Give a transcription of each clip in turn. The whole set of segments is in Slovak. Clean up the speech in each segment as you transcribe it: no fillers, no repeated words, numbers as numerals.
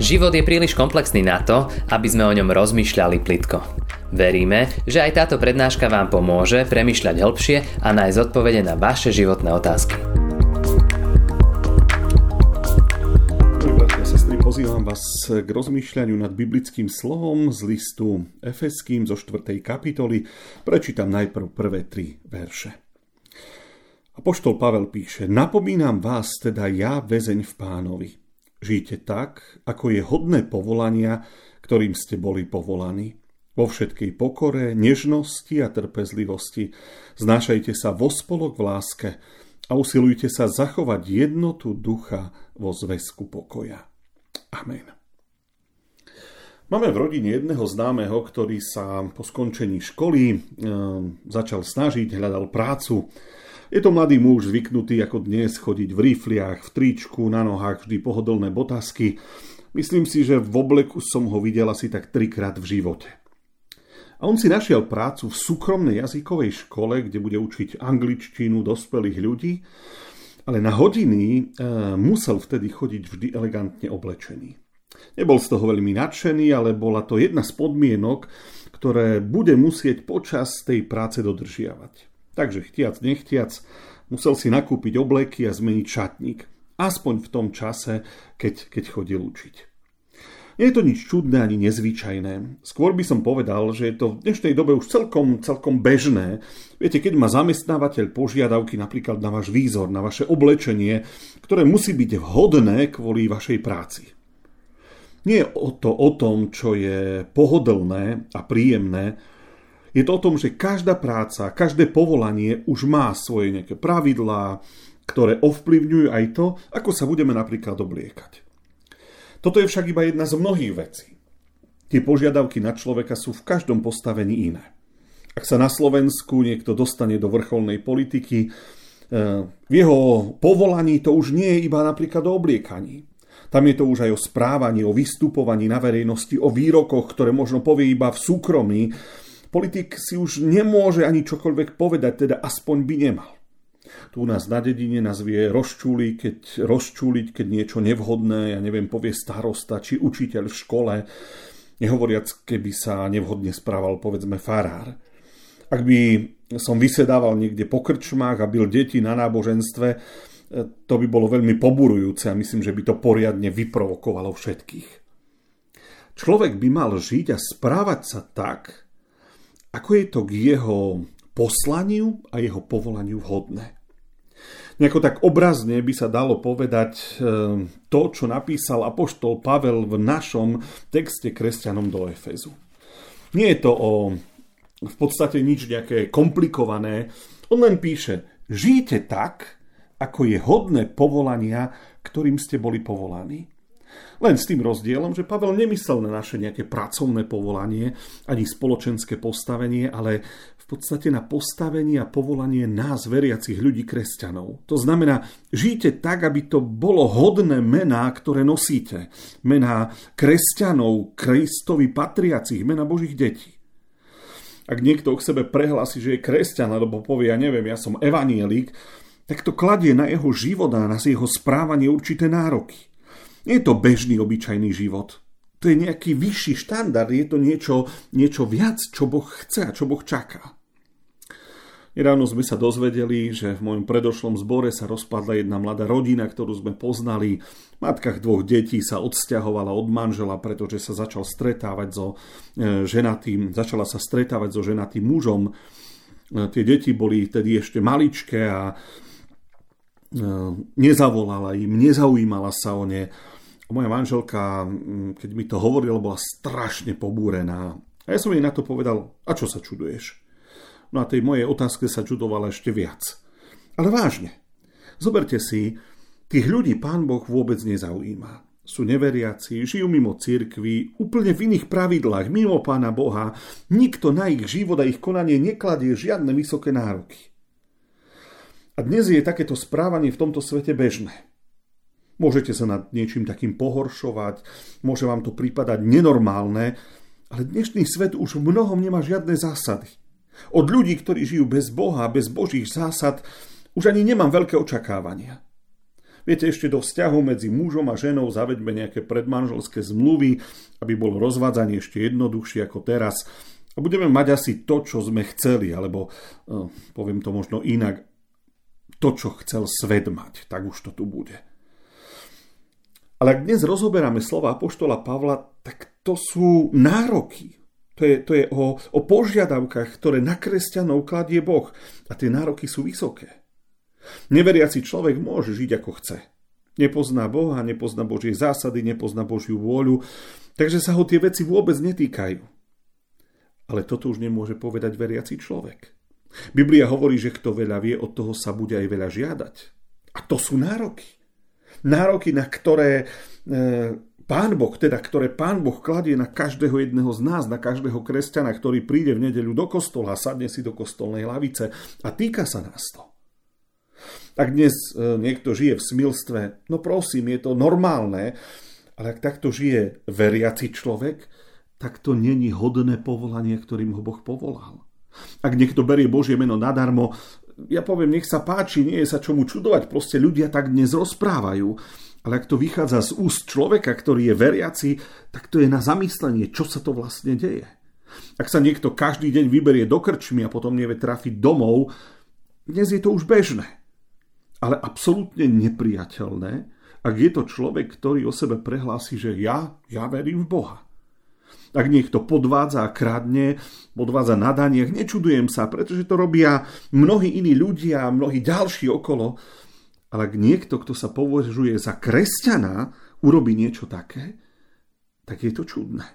Život je príliš komplexný na to, aby sme o ňom rozmýšľali plitko. Veríme, že aj táto prednáška vám pomôže premýšľať hĺbšie a nájsť odpovede na vaše životné otázky. Bratia a sestry, pozývam vás k rozmýšľaniu nad biblickým slovom z listu Efeským zo 4. kapitoly. Prečítam najprv prvé 3 verše. Apoštol Pavel píše: Napomínam vás teda ja, väzeň v Pánovi. Žijte tak, ako je hodné povolania, ktorým ste boli povolaní. Vo všetkej pokore, nežnosti a trpezlivosti. Znášajte sa vo spolok v láske a usilujte sa zachovať jednotu ducha vo zväzku pokoja. Amen. Máme v rodine jedného známeho, ktorý sa po skončení školy začal snažiť, hľadal prácu. Je to mladý muž zvyknutý ako dnes chodiť v rifliach, v tričku, na nohách vždy pohodlné botasky. Myslím si, že v obleku som ho videl asi tak 3-krát v živote. A on si našiel prácu v súkromnej jazykovej škole, kde bude učiť angličtinu dospelých ľudí, ale na hodiny musel vtedy chodiť vždy elegantne oblečený. Nebol z toho veľmi nadšený, ale bola to jedna z podmienok, ktoré bude musieť počas tej práce dodržiavať. Takže chtiac, nechtiac, musel si nakúpiť obleky a zmeniť šatník. Aspoň v tom čase, keď chodil učiť. Nie je to nič čudné ani nezvyčajné. Skôr by som povedal, že je to v dnešnej dobe už celkom bežné. Viete, keď má zamestnávateľ požiadavky napríklad na váš výzor, na vaše oblečenie, ktoré musí byť vhodné kvôli vašej práci. Nie je to o tom, čo je pohodlné a príjemné. Je to o tom, že každá práca, každé povolanie už má svoje nejaké pravidlá, ktoré ovplyvňujú aj to, ako sa budeme napríklad obliekať. Toto je však iba jedna z mnohých vecí. Tie požiadavky na človeka sú v každom postavení iné. Ak sa na Slovensku niekto dostane do vrcholnej politiky, v jeho povolaní to už nie je iba napríklad o obliekaní. Tam je to už aj o správaní, o vystupovaní na verejnosti, o výrokoch, ktoré možno povie iba v súkromí. Politik si už nemôže ani čokoľvek povedať, teda aspoň by nemal. Tu u nás na dedine nás vie rozčúliť, keď niečo nevhodné, povie starosta či učiteľ v škole, nehovoriac, keby sa nevhodne správal, povedzme, farár. Ak by som vysedával niekde po krčmách a bil deti na náboženstve, to by bolo veľmi poburujúce a myslím, že by to poriadne vyprovokovalo všetkých. Človek by mal žiť a správať sa tak, ako je to k jeho poslaniu a jeho povolaniu vhodné. Nejako tak obrazne by sa dalo povedať to, čo napísal apoštol Pavel v našom texte kresťanom do Efezu. Nie je to v podstate nič nejaké komplikované. On len píše: žijte tak, ako je hodné povolania, ktorým ste boli povolaní. Len s tým rozdielom, že Pavel nemyslel na naše nejaké pracovné povolanie ani spoločenské postavenie, ale v podstate na postavenie a povolanie nás, veriacich ľudí, kresťanov. To znamená, žijte tak, aby to bolo hodné mená, ktoré nosíte. Mená kresťanov, Kristovi patriacich, mená Božích detí. Ak niekto k sebe prehlási, že je kresťan, alebo povie, ja som evanjelík, tak to kladie na jeho život a na jeho správanie určité nároky. Nie je to bežný, obyčajný život. To je nejaký vyšší štandard, je to niečo viac, čo Boh chce a čo Boh čaká. Nedávno sme sa dozvedeli, že v mojom predošlom zbore sa rozpadla jedna mladá rodina, ktorú sme poznali. Matka 2 detí sa odsťahovala od manžela, pretože sa začala sa stretávať so ženatým mužom. Tie deti boli tedy ešte maličké a nezavolala im, nezaujímala sa o ne. Moja manželka, keď mi to hovorila, bola strašne pobúrená. A ja som jej na to povedal: a čo sa čuduješ? No a tej mojej otázke sa čudovala ešte viac. Ale vážne, zoberte si, tých ľudí Pán Boh vôbec nezaujíma. Sú neveriaci, žijú mimo cirkvi, úplne v iných pravidlách, mimo Pána Boha. Nikto na ich život a ich konanie nekladie žiadne vysoké nároky. A dnes je takéto správanie v tomto svete bežné. Môžete sa nad niečím takým pohoršovať, môže vám to pripadať nenormálne, ale dnešný svet už v mnohom nemá žiadne zásady. Od ľudí, ktorí žijú bez Boha, bez Božích zásad, už ani nemám veľké očakávania. Viete, ešte do vzťahu medzi mužom a ženou zaveďme nejaké predmanželské zmluvy, aby bolo rozvádzanie ešte jednoduchšie ako teraz. A budeme mať asi to, čo sme chceli, alebo poviem to možno inak, to, čo chcel svet mať. Tak už to tu bude. Ale ak dnes rozoberáme slova apoštola Pavla, tak to sú nároky. To je o požiadavkách, ktoré na kresťanov kladie Boh. A tie nároky sú vysoké. Neveriaci človek môže žiť ako chce. Nepozná Boha, nepozná Božie zásady, nepozná Božiu vôľu, takže sa ho tie veci vôbec netýkajú. Ale toto už nemôže povedať veriaci človek. Biblia hovorí, že kto veľa vie, od toho sa bude aj veľa žiadať. A to sú nároky. Nároky, na ktoré ktoré Pán Boh kladie na každého jedného z nás, na každého kresťana, ktorý príde v nedeľu do kostola a sadne si do kostolnej lavice. A týka sa nás to. Ak dnes niekto žije v smilstve, no prosím, je to normálne, ale ak takto žije veriaci človek, tak to není hodné povolanie, ktorým ho Boh povolal. Ak niekto berie Božie meno nadarmo, ja poviem, nech sa páči, nie je sa čomu čudovať, proste ľudia tak dnes rozprávajú, ale ak to vychádza z úst človeka, ktorý je veriaci, tak to je na zamyslenie, čo sa to vlastne deje. Ak sa niekto každý deň vyberie do krčmy a potom nevie trafiť domov, dnes je to už bežné. Ale absolútne nepriateľné, ak je to človek, ktorý o sebe prehlási, že ja verím v Boha. Ak niekto podvádza a kradne, podvádza na daniach, nečudujem sa, pretože to robia mnohí iní ľudia a mnohí ďalší okolo. Ale ak niekto, kto sa považuje za kresťana, urobí niečo také, tak je to čudné.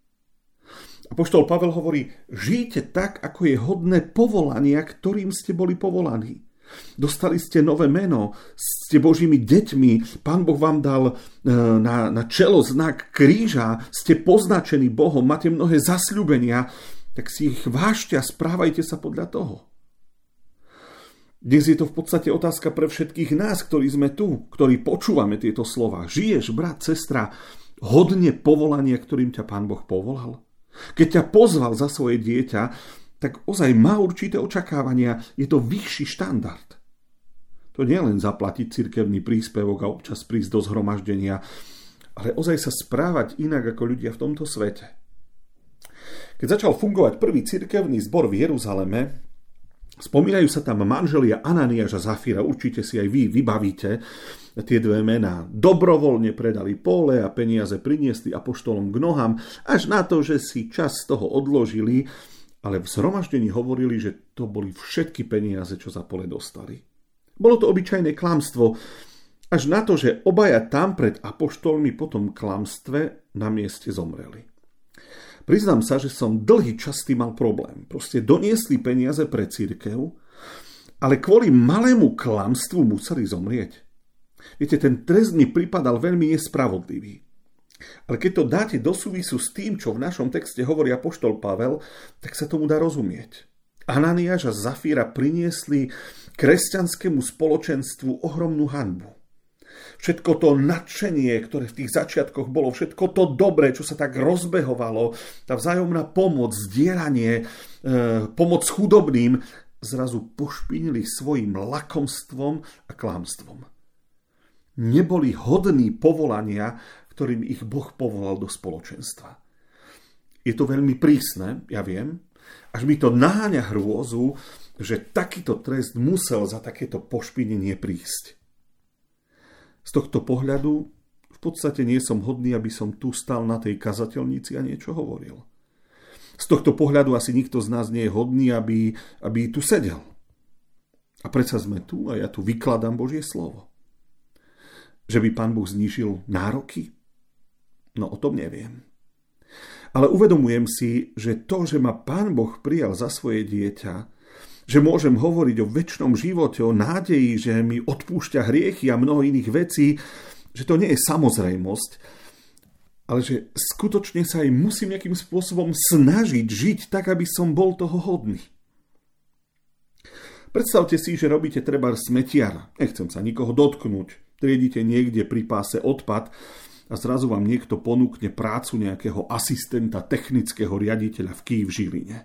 Apoštol Pavel hovorí, žijte tak, ako je hodné povolania, ktorým ste boli povolaní. Dostali ste nové meno, ste Božími deťmi, Pán Boh vám dal na čelo znak kríža, ste poznačení Bohom, máte mnohé zasľúbenia, tak si ich vážte a správajte sa podľa toho. Dnes je to v podstate otázka pre všetkých nás, ktorí sme tu, ktorí počúvame tieto slova. Žiješ, brat, sestra, hodne povolania, ktorým ťa Pán Boh povolal? Keď ťa pozval za svoje dieťa, tak ozaj má určité očakávania, je to vyšší štandard. To nie len zaplatiť cirkevný príspevok a občas prísť do zhromaždenia, ale ozaj sa správať inak ako ľudia v tomto svete. Keď začal fungovať prvý cirkevný zbor v Jeruzaleme, spomínajú sa tam manželia Ananiáš a Zafíra, určite si aj vy vybavíte tie dve mená. Dobrovoľne predali pole a peniaze priniesli apoštolom k nohám, až na to, že si čas z toho odložili, ale v zhromaždení hovorili, že to boli všetky peniaze, čo za pole dostali. Bolo to obyčajné klamstvo, až na to, že obaja tam pred apoštolmi po tom klamstve na mieste zomreli. Priznám sa, že som dlhý čas tým mal problém. Proste doniesli peniaze pre cirkev, ale kvôli malému klamstvu museli zomrieť. Viete, ten trest mi pripadal veľmi nespravodlivý. Ale keď to dáte do súvisu s tým, čo v našom texte hovorí apoštol Pavel, tak sa tomu dá rozumieť. Ananiáš a Zafíra priniesli kresťanskému spoločenstvu ohromnú hanbu. Všetko to nadšenie, ktoré v tých začiatkoch bolo, všetko to dobré, čo sa tak rozbehovalo, tá vzájomná pomoc, zdieranie, pomoc chudobným, zrazu pošpinili svojim lakomstvom a klamstvom. Neboli hodní povolania, ktorým ich Boh povolal do spoločenstva. Je to veľmi prísne, ja viem, až mi to naháňa hrôzu, že takýto trest musel za takéto pošpinenie prísť. Z tohto pohľadu v podstate nie som hodný, aby som tu stal na tej kazateľnici a niečo hovoril. Z tohto pohľadu asi nikto z nás nie je hodný, aby tu sedel. A predsa sme tu a ja tu vykladám Božie slovo. Že by Pán Boh znížil nároky? No o tom neviem. Ale uvedomujem si, že to, že ma Pán Boh prijal za svoje dieťa, že môžem hovoriť o večnom živote, o nádeji, že mi odpúšťa hriechy a mnoho iných vecí, že to nie je samozrejmosť, ale že skutočne sa aj musím nejakým spôsobom snažiť žiť tak, aby som bol toho hodný. Predstavte si, že robíte trebárs smetiara. Nechcem sa nikoho dotknúť. Triedite niekde pri páse odpad a zrazu vám niekto ponúkne prácu nejakého asistenta technického riaditeľa v Žiline.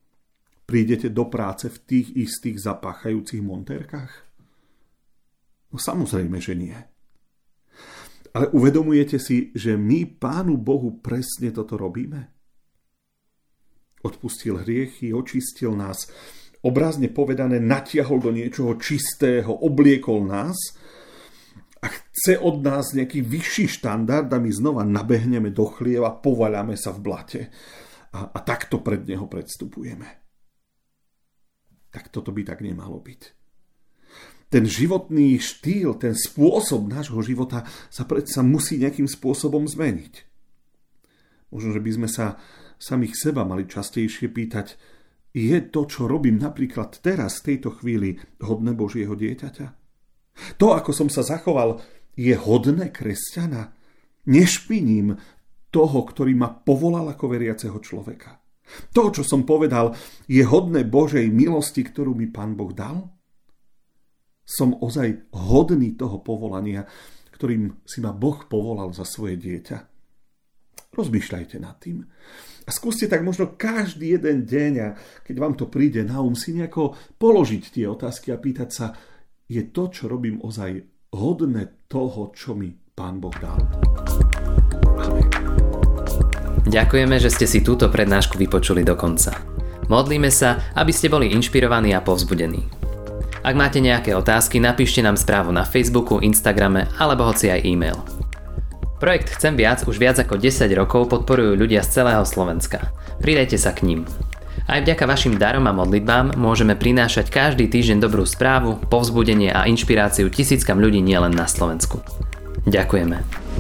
Prídete do práce v tých istých zapáchajúcich montérkach? No samozrejme, že nie. Ale uvedomujete si, že my Pánu Bohu presne toto robíme? Odpustil hriechy, očistil nás, obrazne povedané natiahol do niečoho čistého, obliekol nás a chce od nás nejaký vyšší štandard a my znova nabehneme do chlieva, povaľame sa v blate a takto pred neho predstupujeme. Tak toto by tak nemalo byť. Ten životný štýl, ten spôsob nášho života sa predsa musí nejakým spôsobom zmeniť. Možno, že by sme sa samých seba mali častejšie pýtať, je to, čo robím napríklad teraz, v tejto chvíli, hodné Božieho dieťaťa? To, ako som sa zachoval, je hodné kresťana? Nešpiním toho, ktorý ma povolal ako veriaceho človeka? To, čo som povedal, je hodné Božej milosti, ktorú mi Pán Boh dal? Som ozaj hodný toho povolania, ktorým si ma Boh povolal za svoje dieťa? Rozmýšľajte nad tým. A skúste tak možno každý jeden deň, a keď vám to príde na si nejako položiť tie otázky a pýtať sa, je to, čo robím, ozaj hodné toho, čo mi Pán Boh dal? Amen. Ďakujeme, že ste si túto prednášku vypočuli do konca. Modlíme sa, aby ste boli inšpirovaní a povzbudení. Ak máte nejaké otázky, napíšte nám správu na Facebooku, Instagrame alebo hoci aj e-mail. Projekt Chcem viac už viac ako 10 rokov podporujú ľudia z celého Slovenska. Pridajte sa k ním. Aj vďaka vašim darom a modlitbám môžeme prinášať každý týždeň dobrú správu, povzbudenie a inšpiráciu tisíckam ľudí nielen na Slovensku. Ďakujeme.